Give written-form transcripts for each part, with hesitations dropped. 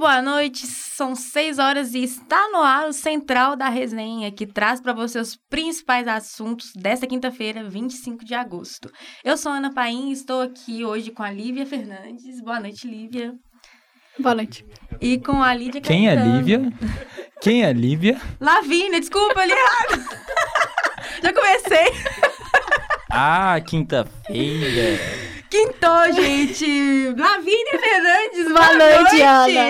boa noite. São 6 horas e está no ar o Central da Resenha, que traz para você os principais assuntos desta quinta-feira, 25 de agosto. Eu sou Ana Paim e estou aqui hoje com a Lívia Fernandes. Boa noite, Lívia. Boa noite. E com a Lídia Caetano. Quem é Lívia? Quem é Lívia? Lavínia, desculpa, eu li errado. Já comecei. Ah, quinta-feira. Quintou, gente. Lavínia Fernandes, Boa noite, Ana.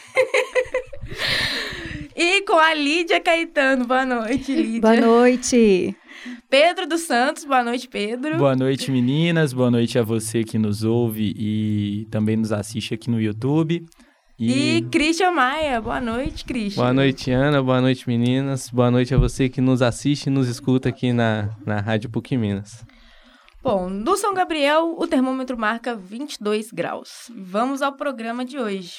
E com a Lídia Caetano. Boa noite, Lídia. Boa noite. Pedro dos Santos. Boa noite, Pedro. Boa noite, meninas. Boa noite a você que nos ouve e também nos assiste aqui no YouTube. E Christian Maia. Boa noite, Christian. Boa noite, Ana. Boa noite, meninas. Boa noite a você que nos assiste e nos escuta aqui na Rádio PUC Minas. Bom, no São Gabriel, o termômetro marca 22 graus. Vamos ao programa de hoje.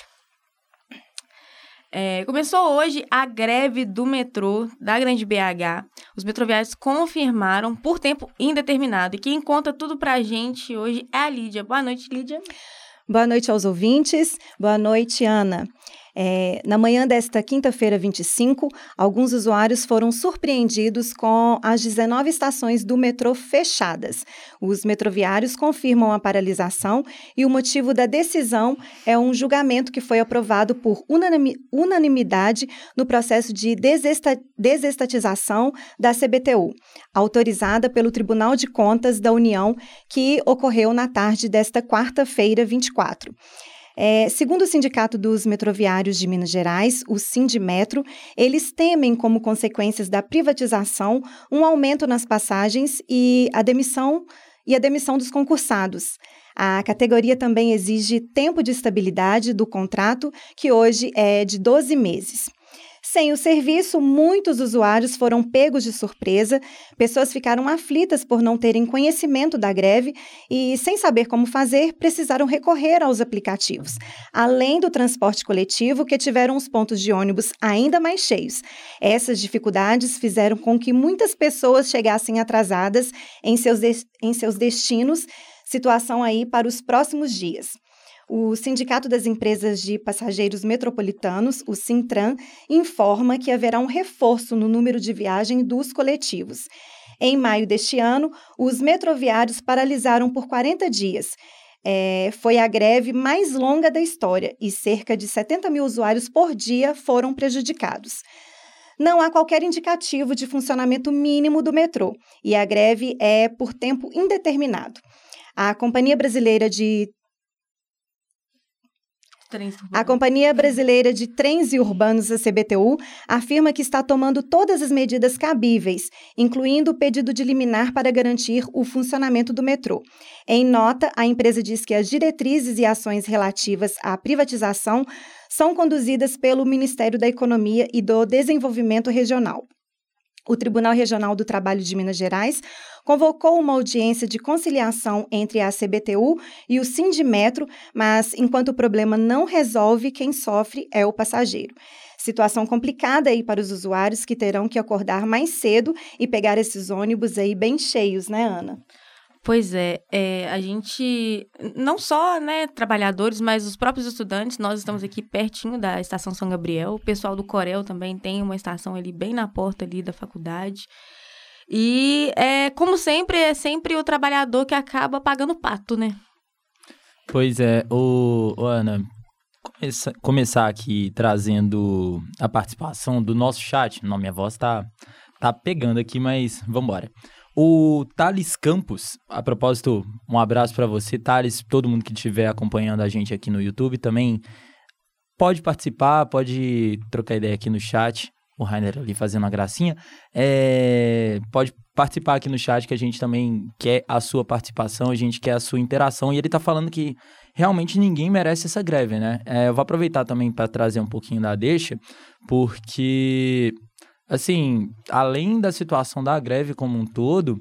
Começou hoje a greve do metrô da Grande BH. Os metroviários confirmaram por tempo indeterminado. E quem conta tudo pra gente hoje é a Lídia. Boa noite, Lídia. Boa noite aos ouvintes. Boa noite, Ana. Na manhã desta quinta-feira, 25, alguns usuários foram surpreendidos com as 19 estações do metrô fechadas. Os metroviários confirmam a paralisação e o motivo da decisão é um julgamento que foi aprovado por unanimidade no processo de desestatização da CBTU, autorizada pelo Tribunal de Contas da União, que ocorreu na tarde desta quarta-feira, 24. Segundo o Sindicato dos Metroviários de Minas Gerais, o Sindimetro, eles temem como consequências da privatização um aumento nas passagens e a demissão dos concursados. A categoria também exige tempo de estabilidade do contrato, que hoje é de 12 meses. Sem o serviço, muitos usuários foram pegos de surpresa, pessoas ficaram aflitas por não terem conhecimento da greve e, sem saber como fazer, precisaram recorrer aos aplicativos, além do transporte coletivo, que tiveram os pontos de ônibus ainda mais cheios. Essas dificuldades fizeram com que muitas pessoas chegassem atrasadas em seus destinos, situação aí para os próximos dias. O Sindicato das Empresas de Passageiros Metropolitanos, o Sintran, informa que haverá um reforço no número de viagem dos coletivos. Em maio deste ano, os metroviários paralisaram por 40 dias. Foi a greve mais longa da história e cerca de 70 mil usuários por dia foram prejudicados. Não há qualquer indicativo de funcionamento mínimo do metrô e a greve é por tempo indeterminado. A Companhia Brasileira de Trens e Urbanos, a CBTU, afirma que está tomando todas as medidas cabíveis, incluindo o pedido de liminar para garantir o funcionamento do metrô. Em nota, a empresa diz que as diretrizes e ações relativas à privatização são conduzidas pelo Ministério da Economia e do Desenvolvimento Regional. O Tribunal Regional do Trabalho de Minas Gerais convocou uma audiência de conciliação entre a CBTU e o Sindimetro, mas enquanto o problema não resolve, quem sofre é o passageiro. Situação complicada aí para os usuários que terão que acordar mais cedo e pegar esses ônibus aí bem cheios, né, Ana? Pois a gente, não só, trabalhadores, mas os próprios estudantes, nós estamos aqui pertinho da Estação São Gabriel, o pessoal do Corel também tem uma estação ali bem na porta ali da faculdade, e como sempre, é sempre o trabalhador que acaba pagando o pato, né? Pois Ana, começar aqui trazendo a participação do nosso chat. Não, minha voz tá pegando aqui, mas vamos embora. O Thales Campos, a propósito, um abraço para você, Thales, todo mundo que estiver acompanhando a gente aqui no YouTube também pode participar, pode trocar ideia aqui no chat, o Rainer ali fazendo uma gracinha, pode participar aqui no chat que a gente também quer a sua participação, a gente quer a sua interação, e ele tá falando que realmente ninguém merece essa greve, né? Eu vou aproveitar também para trazer um pouquinho da deixa, porque... Assim, além da situação da greve como um todo,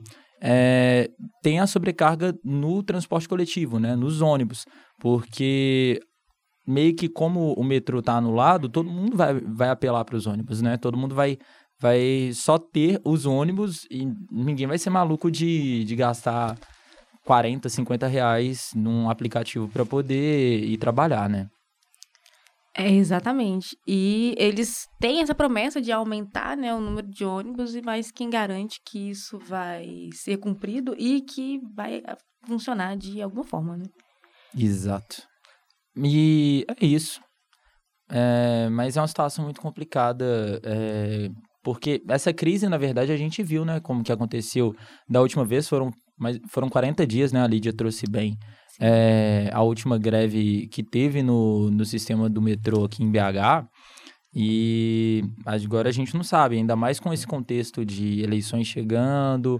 tem a sobrecarga no transporte coletivo, né, nos ônibus, porque meio que como o metrô está anulado, todo mundo vai apelar para os ônibus, né, todo mundo vai só ter os ônibus e ninguém vai ser maluco de gastar 40, 50 reais num aplicativo para poder ir trabalhar, né. Exatamente. E eles têm essa promessa de aumentar, né, o número de ônibus, mas quem garante que isso vai ser cumprido e que vai funcionar de alguma forma, né? Exato. E é isso. Mas é uma situação muito complicada, porque essa crise, na verdade, a gente viu, né, como que aconteceu da última vez, foram 40 dias, né, a Lídia trouxe bem. A última greve que teve no sistema do metrô aqui em BH, e agora a gente não sabe, ainda mais com esse contexto de eleições chegando,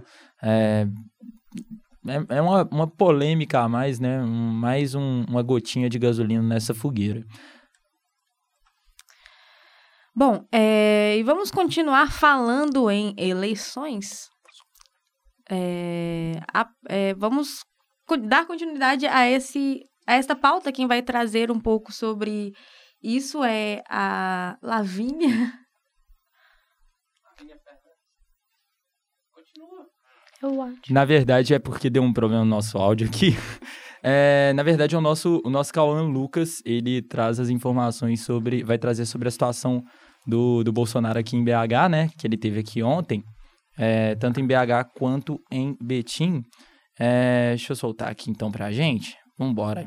é uma polêmica a mais, né, uma gotinha de gasolina nessa fogueira. Bom, e vamos continuar falando em eleições. Vamos dar continuidade a esta pauta. Quem vai trazer um pouco sobre isso é a Lavínia. Eu acho. Na verdade, é porque deu um problema no nosso áudio aqui. Na verdade, é o nosso Cauã Lucas, ele traz as informações vai trazer sobre a situação do Bolsonaro aqui em BH, né? Que ele teve aqui ontem, tanto em BH quanto em Betim. Deixa eu soltar aqui então pra gente. Vambora.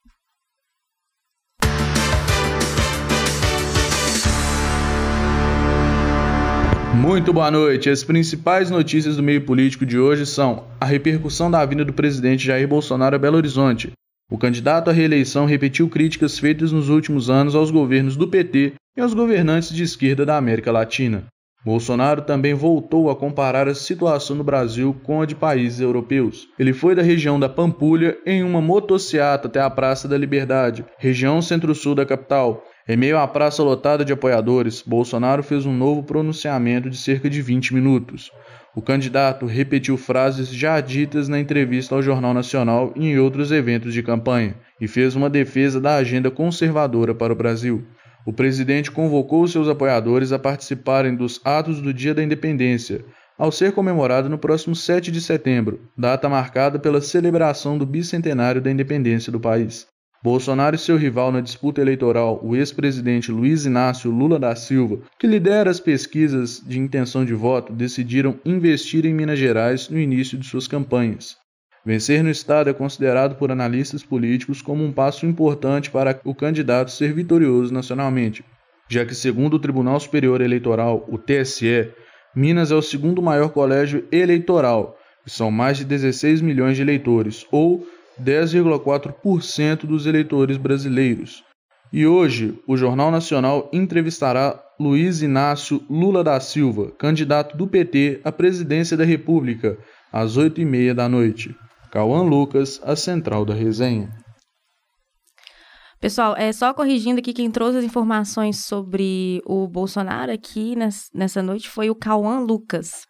Muito boa noite. As principais notícias do meio político de hoje são a repercussão da vinda do presidente Jair Bolsonaro a Belo Horizonte. O candidato à reeleição repetiu críticas feitas nos últimos anos aos governos do PT e aos governantes de esquerda da América Latina. Bolsonaro também voltou a comparar a situação no Brasil com a de países europeus. Ele foi da região da Pampulha em uma motociata até a Praça da Liberdade, região centro-sul da capital. Em meio à praça lotada de apoiadores, Bolsonaro fez um novo pronunciamento de cerca de 20 minutos. O candidato repetiu frases já ditas na entrevista ao Jornal Nacional e em outros eventos de campanha, e fez uma defesa da agenda conservadora para o Brasil. O presidente convocou seus apoiadores a participarem dos atos do Dia da Independência, ao ser comemorado no próximo 7 de setembro, data marcada pela celebração do bicentenário da independência do país. Bolsonaro e seu rival na disputa eleitoral, o ex-presidente Luiz Inácio Lula da Silva, que lidera as pesquisas de intenção de voto, decidiram investir em Minas Gerais no início de suas campanhas. Vencer no estado é considerado por analistas políticos como um passo importante para o candidato ser vitorioso nacionalmente, já que, segundo o Tribunal Superior Eleitoral, o TSE, Minas é o segundo maior colégio eleitoral, que são mais de 16 milhões de eleitores, ou 10,4% dos eleitores brasileiros. E hoje, o Jornal Nacional entrevistará Luiz Inácio Lula da Silva, candidato do PT à presidência da República, às 8h30 da noite. Cauã Lucas, a central da resenha. Pessoal, só corrigindo aqui, quem trouxe as informações sobre o Bolsonaro aqui nessa noite foi o Cauã Lucas.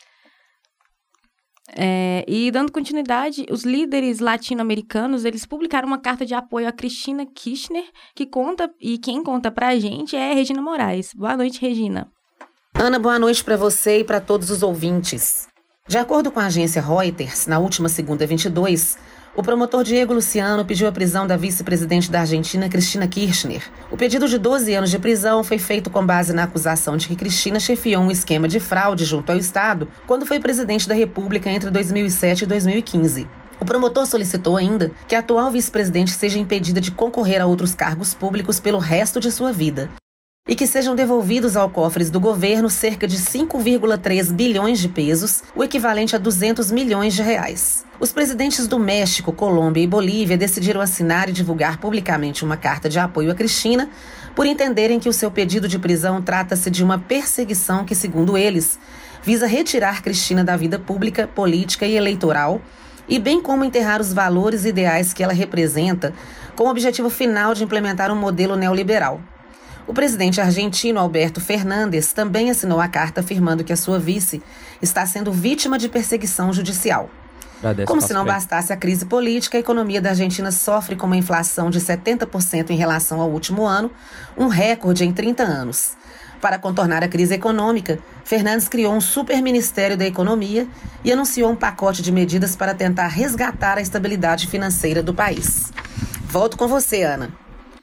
E dando continuidade, os líderes latino-americanos, eles publicaram uma carta de apoio a Cristina Kirchner, quem conta pra gente é Regina Moraes. Boa noite, Regina. Ana, boa noite para você e para todos os ouvintes. De acordo com a agência Reuters, na última segunda 22, o promotor Diego Luciano pediu a prisão da vice-presidente da Argentina, Cristina Kirchner. O pedido de 12 anos de prisão foi feito com base na acusação de que Cristina chefiou um esquema de fraude junto ao Estado quando foi presidente da República entre 2007 e 2015. O promotor solicitou ainda que a atual vice-presidente seja impedida de concorrer a outros cargos públicos pelo resto de sua vida e que sejam devolvidos ao cofres do governo cerca de 5,3 bilhões de pesos, o equivalente a 200 milhões de reais. Os presidentes do México, Colômbia e Bolívia decidiram assinar e divulgar publicamente uma carta de apoio a Cristina, por entenderem que o seu pedido de prisão trata-se de uma perseguição que, segundo eles, visa retirar Cristina da vida pública, política e eleitoral, e bem como enterrar os valores e ideais que ela representa, com o objetivo final de implementar um modelo neoliberal. O presidente argentino Alberto Fernandes também assinou a carta afirmando que a sua vice está sendo vítima de perseguição judicial. Como se não bastasse a crise política, a economia da Argentina sofre com uma inflação de 70% em relação ao último ano, um recorde em 30 anos. Para contornar a crise econômica, Fernandes criou um superministério da economia e anunciou um pacote de medidas para tentar resgatar a estabilidade financeira do país. Volto com você, Ana.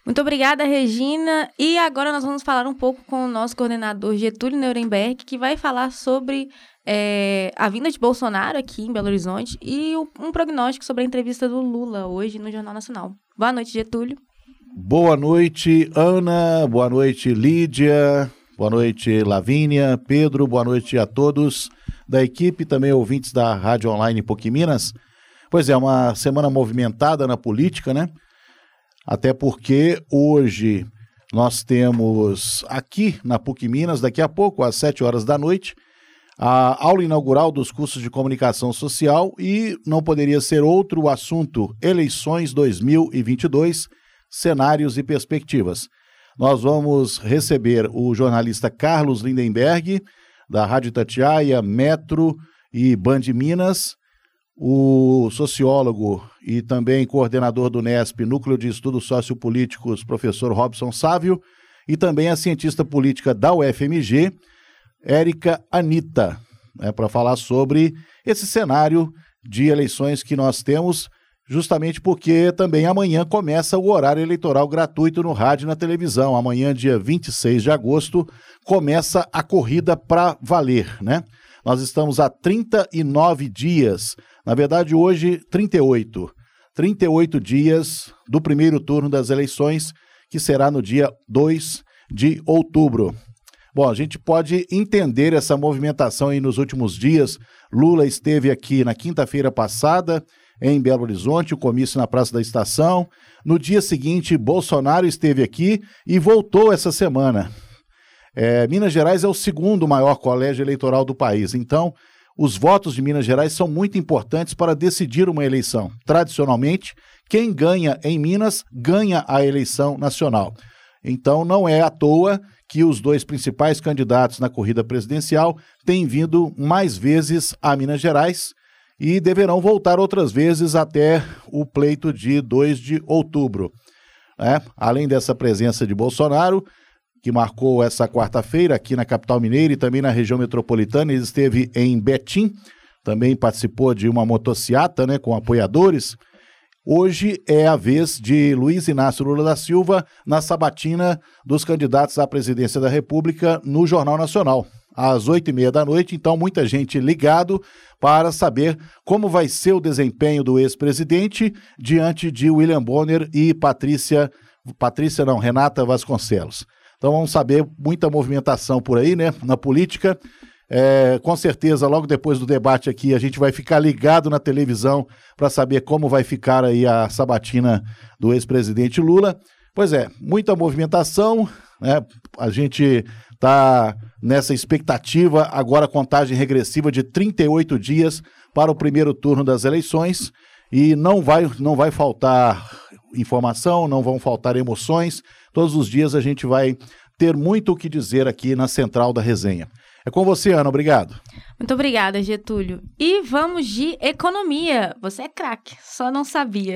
Muito obrigada, Regina. E agora nós vamos falar um pouco com o nosso coordenador Getúlio Nuremberg, que vai falar sobre a vinda de Bolsonaro aqui em Belo Horizonte e um prognóstico sobre a entrevista do Lula hoje no Jornal Nacional. Boa noite, Getúlio. Boa noite, Ana. Boa noite, Lídia. Boa noite, Lavínia, Pedro. Boa noite a todos da equipe, também ouvintes da Rádio Online PUC Minas. Pois é, uma semana movimentada na política, né? Até porque hoje nós temos aqui na PUC Minas, daqui a pouco, às 7 horas da noite, a aula inaugural dos cursos de comunicação social e não poderia ser outro assunto, eleições 2022, cenários e perspectivas. Nós vamos receber o jornalista Carlos Lindenberg, da Rádio Itatiaia, Metro e Band Minas, o sociólogo e também coordenador do NESP, Núcleo de Estudos Sociopolíticos, professor Robson Sávio, e também a cientista política da UFMG, Érica Anita, para falar sobre esse cenário de eleições que nós temos, justamente porque também amanhã começa o horário eleitoral gratuito no rádio e na televisão. Amanhã, dia 26 de agosto, começa a corrida para valer, né? Nós estamos há 39 dias, na verdade hoje 38 dias do primeiro turno das eleições, que será no dia 2 de outubro. Bom, a gente pode entender essa movimentação aí nos últimos dias. Lula esteve aqui na quinta-feira passada, em Belo Horizonte, o comício na Praça da Estação. No dia seguinte, Bolsonaro esteve aqui e voltou essa semana. Minas Gerais é o segundo maior colégio eleitoral do país, então os votos de Minas Gerais são muito importantes para decidir uma eleição. Tradicionalmente, quem ganha em Minas ganha a eleição nacional. Então não é à toa que os dois principais candidatos na corrida presidencial têm vindo mais vezes a Minas Gerais e deverão voltar outras vezes até o pleito de 2 de outubro. Além dessa presença de Bolsonaro, que marcou essa quarta-feira aqui na capital mineira e também na região metropolitana, ele esteve em Betim, também participou de uma motociata, né, com apoiadores. Hoje é a vez de Luiz Inácio Lula da Silva na sabatina dos candidatos à presidência da República no Jornal Nacional, às 8h30 da noite. Então, muita gente ligado para saber como vai ser o desempenho do ex-presidente diante de William Bonner e Renata Vasconcelos. Então vamos saber, muita movimentação por aí, né, na política. Com certeza, logo depois do debate aqui, a gente vai ficar ligado na televisão para saber como vai ficar aí a sabatina do ex-presidente Lula. Pois é, muita movimentação, né? A gente está nessa expectativa, agora contagem regressiva de 38 dias para o primeiro turno das eleições e não vai faltar informação, não vão faltar emoções. Todos os dias a gente vai ter muito o que dizer aqui na Central da Resenha. É com você, Ana, obrigado. Muito obrigada, Getúlio. E vamos de economia. Você é craque, só não sabia.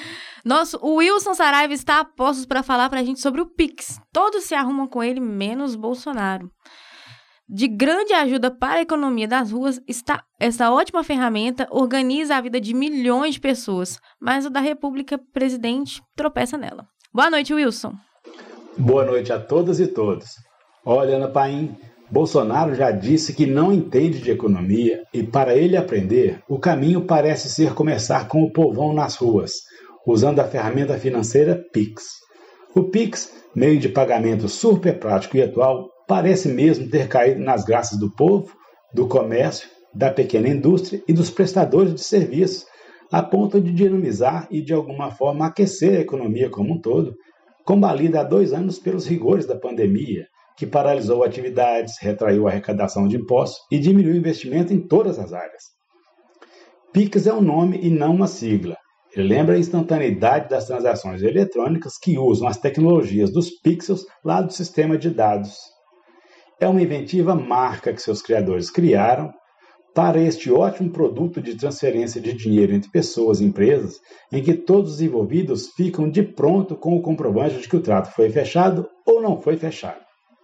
O Wilson Saraiva está a postos para falar para a gente sobre o Pix. Todos se arrumam com ele, menos Bolsonaro. De grande ajuda para a economia das ruas, essa ótima ferramenta organiza a vida de milhões de pessoas, mas o da República, presidente, tropeça nela. Boa noite, Wilson. Boa noite a todas e todos. Olha, Ana Paim, Bolsonaro já disse que não entende de economia e para ele aprender, o caminho parece ser começar com o povão nas ruas, usando a ferramenta financeira Pix. O Pix, meio de pagamento super prático e atual, parece mesmo ter caído nas graças do povo, do comércio, da pequena indústria e dos prestadores de serviços, a ponto de dinamizar e de alguma forma aquecer a economia como um todo, combalida há 2 anos pelos rigores da pandemia, que paralisou atividades, retraiu a arrecadação de impostos e diminuiu o investimento em todas as áreas. Pix é um nome e não uma sigla. Ele lembra a instantaneidade das transações eletrônicas que usam as tecnologias dos pixels lá do sistema de dados. É uma inventiva marca que seus criadores criaram para este ótimo produto de transferência de dinheiro entre pessoas e empresas, em que todos os envolvidos ficam de pronto com o comprovante de que o trato foi fechado ou não foi fechado.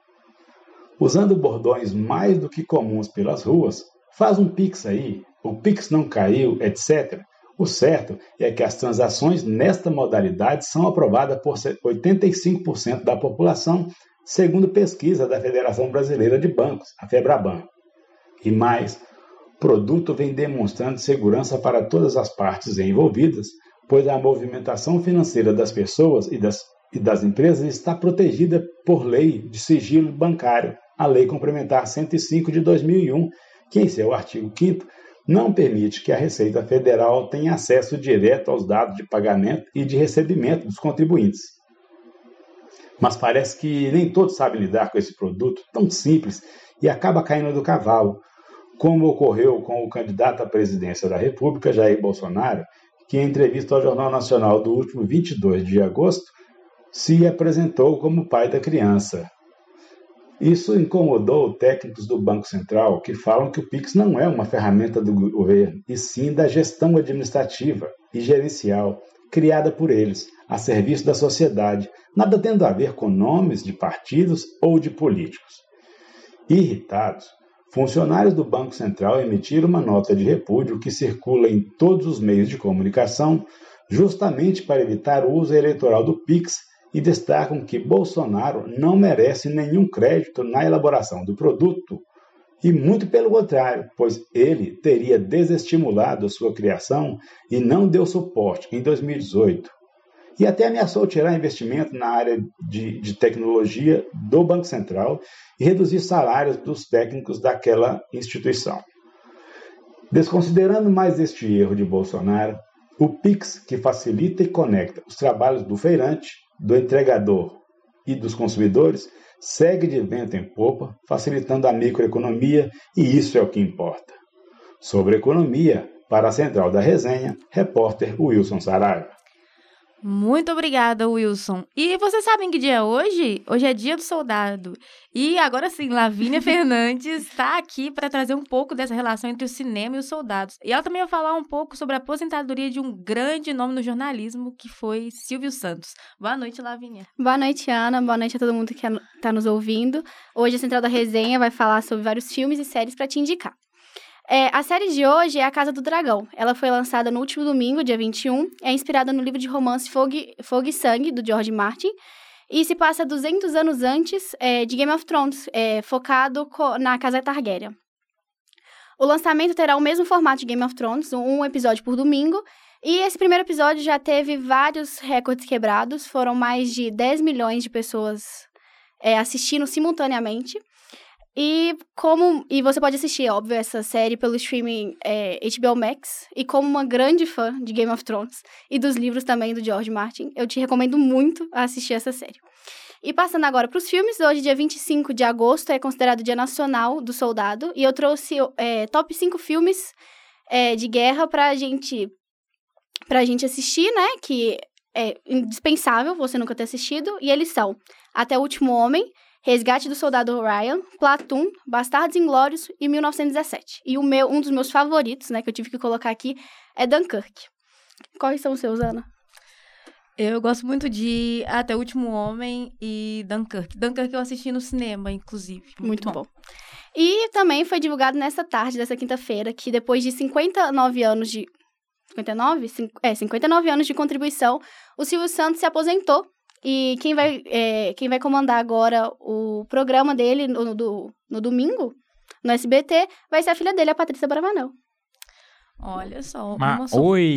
Usando bordões mais do que comuns pelas ruas, faz um Pix aí, o Pix não caiu, etc., O certo é que as transações nesta modalidade são aprovadas por 85% da população, segundo pesquisa da Federação Brasileira de Bancos, a FEBRABAN. E mais, o produto vem demonstrando segurança para todas as partes envolvidas, pois a movimentação financeira das pessoas e das empresas está protegida por lei de sigilo bancário, a Lei Complementar 105 de 2001, que em seu artigo 5º não permite que a Receita Federal tenha acesso direto aos dados de pagamento e de recebimento dos contribuintes. Mas parece que nem todos sabem lidar com esse produto tão simples e acaba caindo do cavalo, como ocorreu com o candidato à presidência da República, Jair Bolsonaro, que em entrevista ao Jornal Nacional do último 22 de agosto, se apresentou como pai da criança. Isso incomodou técnicos do Banco Central, que falam que o Pix não é uma ferramenta do governo, e sim da gestão administrativa e gerencial, criada por eles, a serviço da sociedade, nada tendo a ver com nomes de partidos ou de políticos. Irritados, funcionários do Banco Central emitiram uma nota de repúdio que circula em todos os meios de comunicação, justamente para evitar o uso eleitoral do Pix, e destacam que Bolsonaro não merece nenhum crédito na elaboração do produto, e muito pelo contrário, pois ele teria desestimulado a sua criação e não deu suporte em 2018. E até ameaçou tirar investimento na área de tecnologia do Banco Central e reduzir salários dos técnicos daquela instituição. Desconsiderando mais este erro de Bolsonaro, o Pix, que facilita e conecta os trabalhos do feirante, do entregador e dos consumidores, segue de vento em popa, facilitando a microeconomia, e isso é o que importa. Sobre economia, para a Central da Resenha, repórter Wilson Saraiva. Muito obrigada, Wilson. E vocês sabem que dia é hoje? Hoje é Dia do Soldado. E agora sim, Lavínia Fernandes está aqui para trazer um pouco dessa relação entre o cinema e os soldados. E ela também vai falar um pouco sobre a aposentadoria de um grande nome no jornalismo, que foi Silvio Santos. Boa noite, Lavínia. Boa noite, Ana. Boa noite a todo mundo que está nos ouvindo. Hoje a Central da Resenha vai falar sobre vários filmes e séries para te indicar. A série de hoje é A Casa do Dragão. Ela foi lançada no último domingo, dia 21. É inspirada no livro de romance Fogo e Sangue, do George Martin. E se passa 200 anos antes de Game of Thrones, focado na Casa Targaryen. O lançamento terá o mesmo formato de Game of Thrones, um episódio por domingo. E esse primeiro episódio já teve vários recordes quebrados. Foram mais de 10 milhões de pessoas assistindo simultaneamente. E você pode assistir, óbvio, essa série pelo streaming HBO Max. E como uma grande fã de Game of Thrones e dos livros também do George Martin, eu te recomendo muito assistir essa série. E passando agora para os filmes, hoje, dia 25 de agosto, é considerado o Dia Nacional do Soldado. E eu trouxe top 5 filmes de guerra pra gente assistir, né? Que é indispensável você nunca ter assistido. E eles são Até o Último Homem, Resgate do Soldado Ryan, Platoon, Bastardos Inglórios e 1917. E um dos meus favoritos, né, que eu tive que colocar aqui, é Dunkirk. Quais são os seus, Ana? Eu gosto muito de Até o Último Homem e Dunkirk. Dunkirk eu assisti no cinema, inclusive. Muito bom. E também foi divulgado nessa tarde dessa quinta-feira que depois de 59 anos de... 59? 59 anos de contribuição, o Silvio Santos se aposentou. E quem vai comandar agora o programa dele no domingo, no SBT, vai ser a filha dele, a Patrícia Bravanel. Olha só. Oi!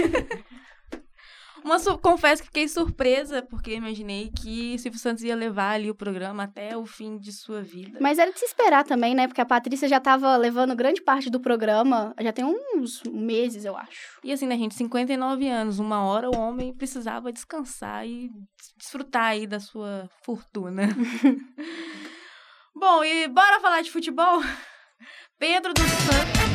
Confesso que fiquei surpresa, porque imaginei que Silvio Santos ia levar ali o programa até o fim de sua vida. Mas era de se esperar também, né? Porque a Patrícia já estava levando grande parte do programa, já tem uns meses, eu acho. E assim, né, gente, 59 anos, uma hora o homem precisava descansar e desfrutar aí da sua fortuna. Bom, e bora falar de futebol? Pedro dos Santos...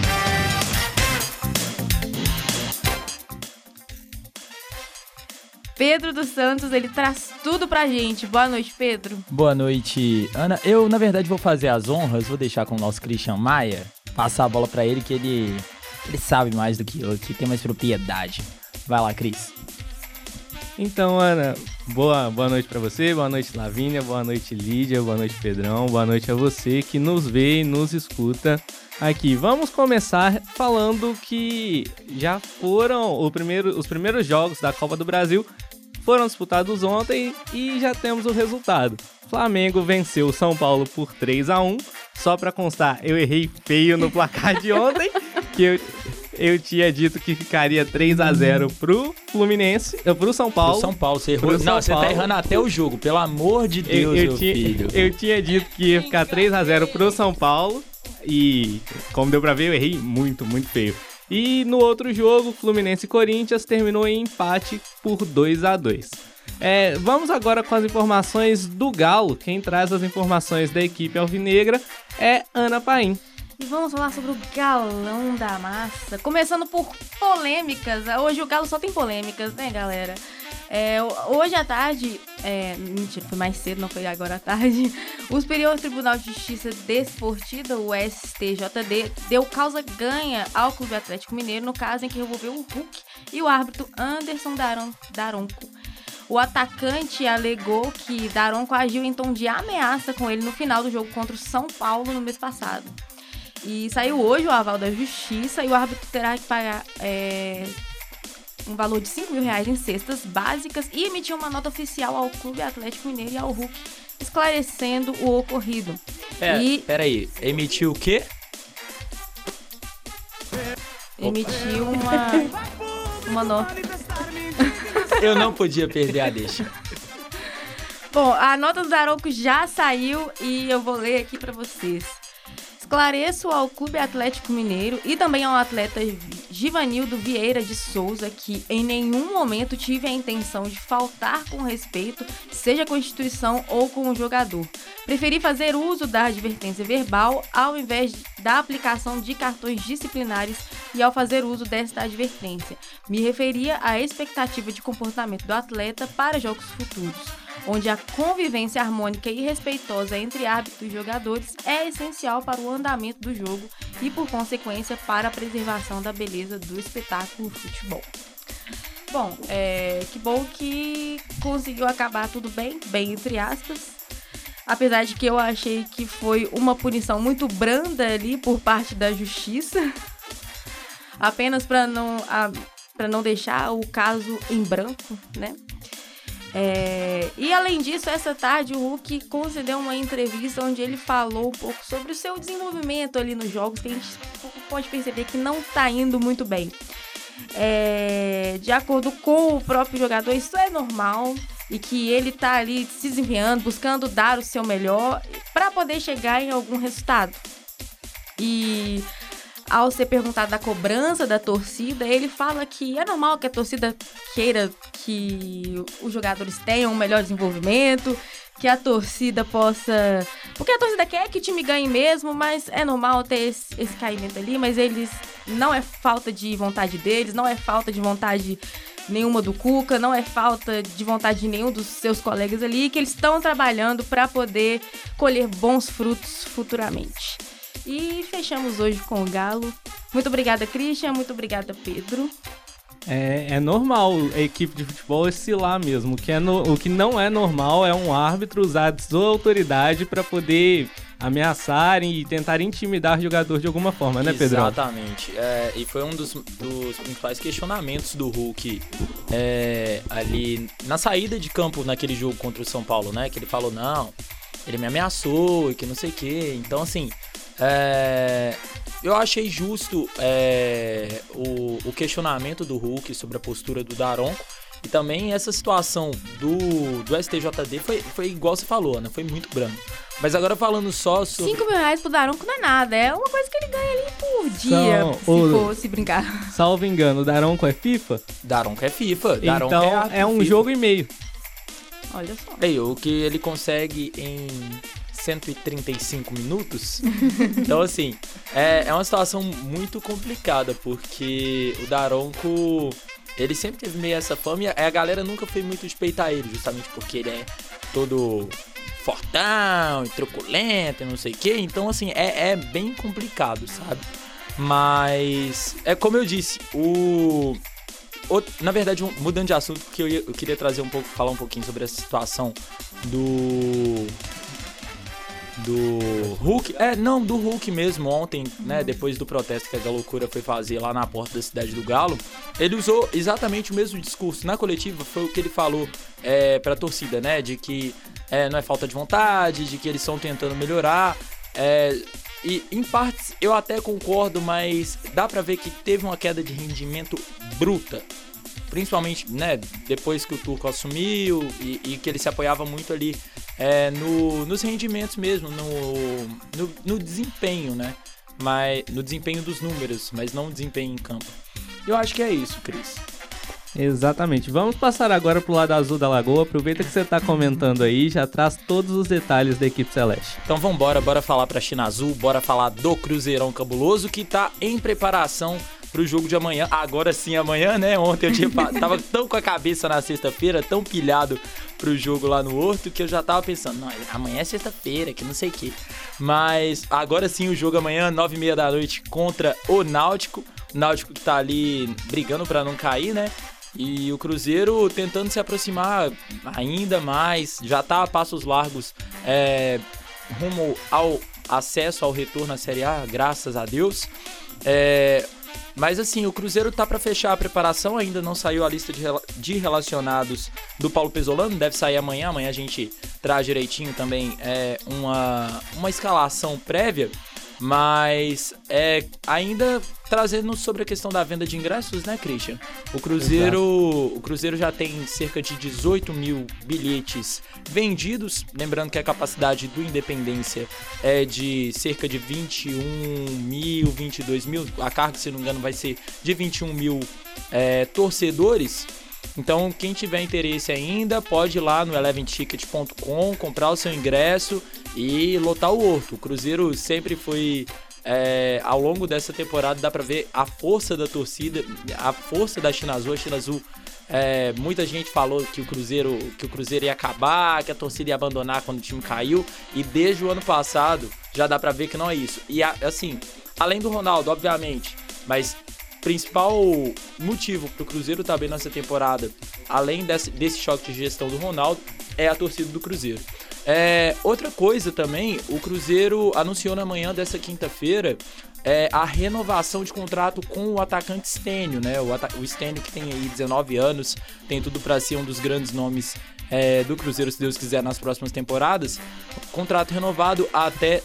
Pedro dos Santos, ele traz tudo pra gente. Boa noite, Pedro. Boa noite, Ana. Eu, na verdade, vou fazer as honras, vou deixar com o nosso Christian Maia, passar a bola pra ele, que ele sabe mais do que eu, que tem mais propriedade. Vai lá, Cris. Então, Ana, boa noite pra você, boa noite, Lavínia, boa noite, Lídia, boa noite, Pedrão, boa noite a você que nos vê e nos escuta Aqui, vamos começar falando que já foram os primeiros jogos da Copa do Brasil foram disputados ontem e já temos o resultado. Flamengo venceu o São Paulo por 3-1. Só pra constar, eu errei feio no placar de ontem, que eu tinha dito que ficaria 3-0 pro Fluminense, pro São Paulo. Pro São Paulo, você errou. Não, você tá errando até o jogo, pelo amor de Deus, meu filho. Eu tinha dito que ia ficar 3-0 pro São Paulo e, como deu pra ver, eu errei muito, muito feio. E no outro jogo, Fluminense e Corinthians terminou em empate por 2-2. Vamos agora com as informações do Galo. Quem traz as informações da equipe alvinegra é Ana Paim. E vamos falar sobre o Galão da Massa. Começando por polêmicas. Hoje o Galo só tem polêmicas, né, galera? Hoje à tarde, mentira, foi mais cedo, não foi agora à tarde, o Superior Tribunal de Justiça Desportiva, o STJD, deu causa ganha ao Clube Atlético Mineiro no caso em que envolveu o Hulk e o árbitro Anderson Daronco. O atacante alegou que Daronco agiu em tom de ameaça com ele no final do jogo contra o São Paulo no mês passado. E saiu hoje o aval da justiça e o árbitro terá que pagar um valor de R$5.000 em cestas básicas e emitir uma nota oficial ao Clube Atlético Mineiro e ao Hulk, esclarecendo o ocorrido. Peraí, emitiu o quê? Emitiu uma nota. Eu não podia perder a deixa. Bom, a nota do Daronco já saiu e eu vou ler aqui pra vocês. Esclareço ao Clube Atlético Mineiro e também ao atleta Givanildo Vieira de Souza que em nenhum momento tive a intenção de faltar com respeito, seja com a instituição ou com o jogador. Preferi fazer uso da advertência verbal ao invés da aplicação de cartões disciplinares e ao fazer uso desta advertência. Me referia à expectativa de comportamento do atleta para jogos futuros, onde a convivência harmônica e respeitosa entre árbitros e jogadores é essencial para o andamento do jogo e, por consequência, para a preservação da beleza do espetáculo futebol. Bom, que bom que conseguiu acabar tudo bem entre aspas. Apesar de que eu achei que foi uma punição muito branda ali por parte da justiça, apenas para não deixar o caso em branco, né? E além disso, essa tarde o Hulk concedeu uma entrevista onde ele falou um pouco sobre o seu desenvolvimento ali nos jogos, que a gente pode perceber que não está indo muito bem. De acordo com o próprio jogador, isso é normal e que ele está ali se desempenhando, buscando dar o seu melhor para poder chegar em algum resultado. E ao ser perguntado da cobrança da torcida, ele fala que é normal que a torcida queira que os jogadores tenham um melhor desenvolvimento, que a torcida possa... Porque a torcida quer que o time ganhe mesmo, mas é normal ter esse caimento ali, mas eles... Não é falta de vontade deles, não é falta de vontade nenhuma do Cuca, não é falta de vontade de nenhum dos seus colegas ali, que eles estão trabalhando para poder colher bons frutos futuramente. E fechamos hoje com o Galo. Muito obrigada, Christian. Muito obrigada, Pedro. É normal a equipe de futebol oscilar mesmo. O que não é normal é um árbitro usar de sua autoridade para poder ameaçar e tentar intimidar o jogador de alguma forma, né, Pedro? Exatamente. E foi um dos principais questionamentos do Hulk ali na saída de campo naquele jogo contra o São Paulo, né? Que ele falou, não, ele me ameaçou e que não sei o quê. Então, assim... eu achei justo o questionamento do Hulk sobre a postura do Daronco e também essa situação do STJD foi igual você falou, né? Foi muito branco. Mas agora falando só sobre... R$5.000 pro Daronco não é nada, é uma coisa que ele ganha ali por dia, se brincar. Salvo engano, o Daronco é FIFA? Daronco é FIFA. Então é um jogo e meio. Olha só. O que ele consegue em 135 minutos. Então, assim, é uma situação muito complicada, porque o Daronco, ele sempre teve meio essa fama e a galera nunca foi muito respeitar ele, justamente porque ele é todo fortão e truculento e não sei o quê. Então, assim, é bem complicado, sabe? Mas, como eu disse, na verdade, mudando de assunto, porque eu queria falar um pouquinho sobre essa situação do Hulk. Do Hulk mesmo, ontem, né, depois do protesto que a Galocura foi fazer lá na porta da Cidade do Galo, ele usou exatamente o mesmo discurso. Na coletiva foi o que ele falou pra torcida, né, de que não é falta de vontade, de que eles estão tentando melhorar. E em partes eu até concordo, mas dá pra ver que teve uma queda de rendimento bruta. Principalmente, né, depois que o Turco assumiu e que ele se apoiava muito ali nos rendimentos mesmo, no desempenho, né? No desempenho dos números, mas não no desempenho em campo. Eu acho que é isso, Cris. Exatamente. Vamos passar agora pro lado azul da Lagoa. Aproveita que você tá comentando aí, já traz todos os detalhes da equipe celeste. Então bora falar pra China Azul, bora falar do Cruzeirão Cabuloso, que tá em preparação pro jogo de amanhã. Agora sim, amanhã, né? Ontem eu tava tão com a cabeça na sexta-feira, tão pilhado pro jogo lá no Horto, que eu já tava pensando, não, amanhã é sexta-feira, que não sei o quê. Mas agora sim, o jogo amanhã, 9h30 da noite, contra o Náutico. O Náutico que tá ali brigando pra não cair, né? E o Cruzeiro tentando se aproximar ainda mais, já tá a passos largos rumo ao acesso ao retorno à Série A, graças a Deus. Mas assim, o Cruzeiro tá pra fechar a preparação, ainda não saiu a lista de relacionados do Paulo Pesolano, deve sair amanhã a gente traz direitinho também uma escalação prévia, mas ainda trazendo sobre a questão da venda de ingressos, né, Christian? O Cruzeiro já tem cerca de 18 mil bilhetes vendidos, lembrando que a capacidade do Independência é de cerca de 21 mil, 22 mil, a carga, se não me engano, vai ser de 21 mil torcedores. Então, quem tiver interesse ainda, pode ir lá no eleventicket.com, comprar o seu ingresso e lotar o Horto. O Cruzeiro sempre foi, ao longo dessa temporada, dá pra ver a força da torcida, a força da China Azul. A China Azul, muita gente falou que o Cruzeiro ia acabar, que a torcida ia abandonar quando o time caiu, e desde o ano passado já dá pra ver que não é isso. E assim, além do Ronaldo, obviamente, mas principal motivo pro Cruzeiro estar bem nessa temporada, além desse choque de gestão do Ronaldo, é a torcida do Cruzeiro. Outra coisa também, o Cruzeiro anunciou na manhã dessa quinta-feira a renovação de contrato com o atacante Stênio, né? O Stênio, que tem aí 19 anos, tem tudo para ser um dos grandes nomes do Cruzeiro, se Deus quiser, nas próximas temporadas. Contrato renovado até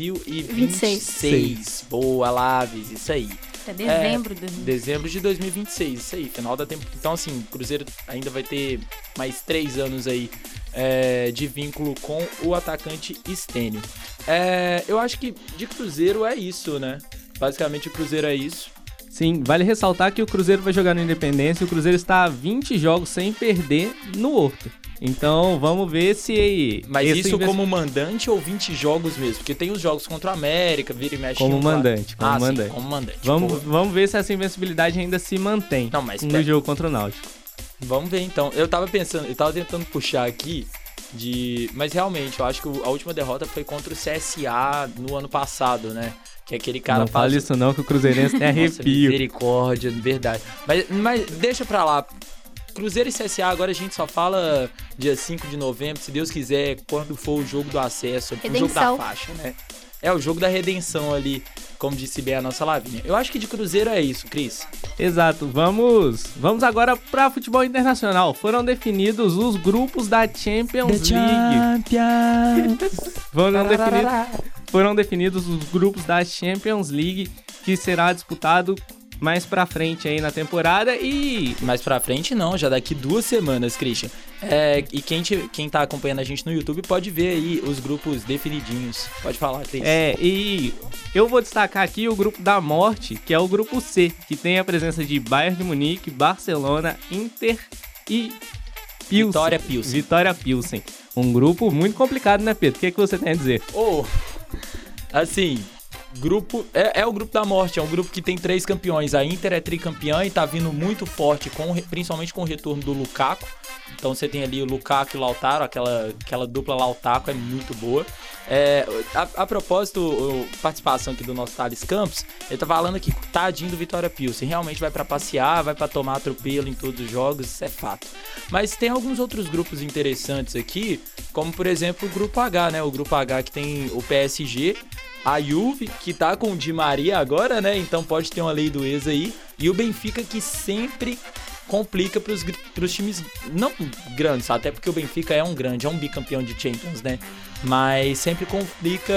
2026. Boa, Laves, isso aí. Até dezembro. Dezembro de 2026, isso aí, final da temporada. Então, assim, o Cruzeiro ainda vai ter mais 3 anos aí de vínculo com o atacante Stênio. Eu acho que de Cruzeiro é isso, né? Basicamente, o Cruzeiro é isso. Sim, vale ressaltar que o Cruzeiro vai jogar no Independência e o Cruzeiro está a 20 jogos sem perder no Horto. Então, vamos ver se... Mas isso como mandante ou 20 jogos mesmo? Porque tem os jogos contra o América, vira e mexe... Como mandante, sim, como mandante. Vamos ver se essa invencibilidade ainda se mantém no jogo contra o Náutico. Vamos ver, então. Eu tava tentando puxar aqui mas realmente, eu acho que a última derrota foi contra o CSA no ano passado, né? Que aquele cara... Não fala isso não, que o Cruzeirense tem arrepio. Nossa, misericórdia, verdade. Mas deixa pra lá. Cruzeiro e CSA, agora a gente só fala dia 5 de novembro, se Deus quiser, quando for o jogo do acesso, o jogo da faixa, né? O jogo da redenção ali, como disse bem a nossa Lavínia. Eu acho que de Cruzeiro é isso, Cris. Exato. Vamos agora para futebol internacional. Foram definidos os grupos da Champions League. Foram definidos os grupos da Champions League, que será disputado mais pra frente aí na temporada e... Mais pra frente não, já daqui 2 semanas, Christian. E quem tá acompanhando a gente no YouTube pode ver aí os grupos definidinhos. Pode falar, Cris. E eu vou destacar aqui o grupo da morte, que é o grupo C, que tem a presença de Bayern de Munique, Barcelona, Inter e Vitória Pilsen. Um grupo muito complicado, né, Pedro? O que você tem a dizer? Assim... Grupo é o grupo da morte, é um grupo que tem 3 campeões. A Inter é tricampeã e tá vindo muito forte, principalmente com o retorno do Lukaku. Então você tem ali o Lukaku e o Lautaro, aquela dupla Lautaro é muito boa. A propósito, participação aqui do nosso Thales Campos, ele tá falando aqui, tadinho do Vitória Pilsen, realmente vai pra passear, vai pra tomar atropelo em todos os jogos, isso é fato. Mas tem alguns outros grupos interessantes aqui, como por exemplo o Grupo H, né? O Grupo H que tem o PSG, a Juve, que tá com o Di Maria agora, né? Então pode ter uma lei do ex aí, e o Benfica que sempre complica pros times não grandes, até porque o Benfica é um bicampeão de Champions, né? Mas sempre complica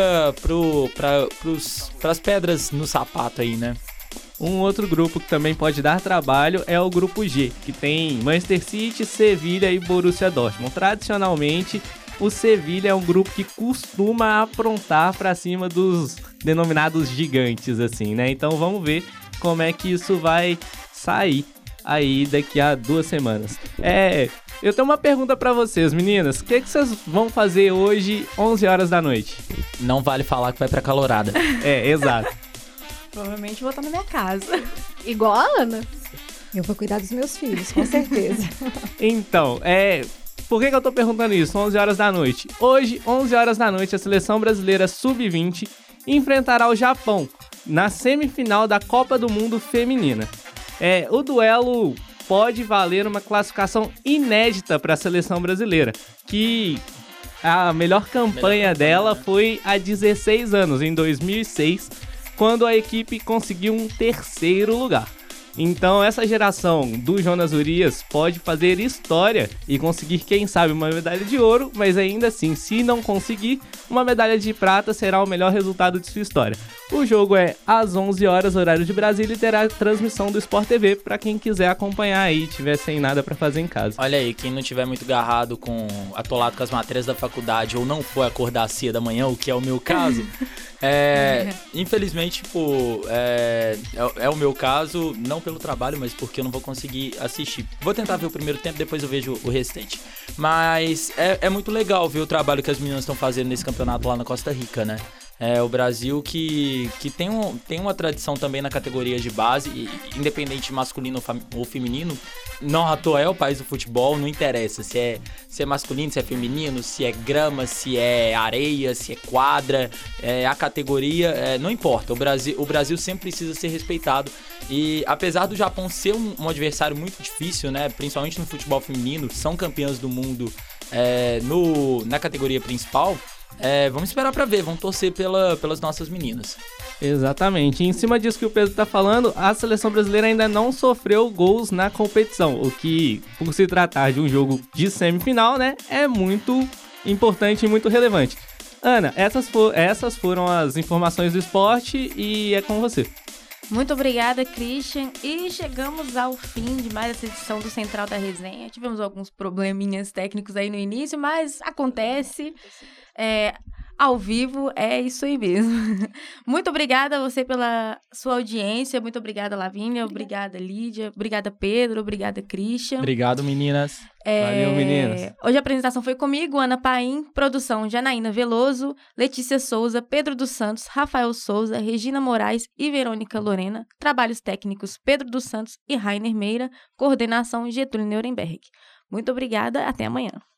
pras pedras no sapato aí, né? Um outro grupo que também pode dar trabalho é o Grupo G, que tem Manchester City, Sevilha e Borussia Dortmund. Tradicionalmente, o Sevilha é um grupo que costuma aprontar pra cima dos denominados gigantes, assim, né? Então vamos ver como é que isso vai sair aí daqui a 2 semanas. Eu tenho uma pergunta pra vocês, meninas. O que vocês vão fazer hoje, 11 horas da noite? Não vale falar que vai pra calorada. Exato. Provavelmente vou estar na minha casa. Igual a Ana. Eu vou cuidar dos meus filhos, com certeza. Então, por que eu tô perguntando isso? 11 horas da noite. Hoje, 11 horas da noite, a seleção brasileira Sub-20 enfrentará o Japão na semifinal da Copa do Mundo Feminina. O duelo pode valer uma classificação inédita para a seleção brasileira, que a melhor campanha dela foi há 16 anos, em 2006, quando a equipe conseguiu um 3º lugar. Então essa geração do Jonas Urias pode fazer história e conseguir, quem sabe, uma medalha de ouro, mas ainda assim, se não conseguir, uma medalha de prata será o melhor resultado de sua história. O jogo é às 11 horas, horário de Brasília, e terá transmissão do Sport TV para quem quiser acompanhar aí, tiver sem nada para fazer em casa. Olha aí, quem não tiver muito agarrado atolado com as matérias da faculdade ou não for acordar cedo da manhã, o que é o meu caso, infelizmente, é o meu caso, não pelo trabalho, mas porque eu não vou conseguir assistir. Vou tentar ver o primeiro tempo, depois eu vejo o restante. Mas é muito legal ver o trabalho que as meninas estão fazendo nesse campeonato lá na Costa Rica, né? O Brasil que tem uma tradição também na categoria de base, independente masculino ou feminino. Não à toa é o país do futebol, não interessa se é masculino, se é feminino, se é grama, se é areia, se é quadra, a categoria, não importa. O Brasil sempre precisa ser respeitado. E apesar do Japão ser um adversário muito difícil, né, principalmente no futebol feminino, são campeãs do mundo na categoria principal, vamos esperar pra ver, vamos torcer pelas nossas meninas. Exatamente. E em cima disso que o Pedro tá falando, a seleção brasileira ainda não sofreu gols na competição, o que, por se tratar de um jogo de semifinal, né, é muito importante e muito relevante. Ana, essas foram as informações do esporte e é com você. Muito obrigada, Christian. E chegamos ao fim de mais essa edição do Central da Resenha. Tivemos alguns probleminhas técnicos aí no início, mas acontece. Ao vivo, é isso aí mesmo. Muito obrigada a você pela sua audiência. Muito obrigada, Lavínia. Obrigada, Lídia. Obrigada, Pedro. Obrigada, Christian. Obrigado, meninas. Valeu, meninas. Hoje a apresentação foi comigo, Ana Paim. Produção, Janaína Veloso, Letícia Souza, Pedro dos Santos, Rafael Souza, Regina Moraes e Verônica Lorena. Trabalhos técnicos, Pedro dos Santos e Rainer Meira. Coordenação, Getúlio Nuremberg. Muito obrigada. Até amanhã.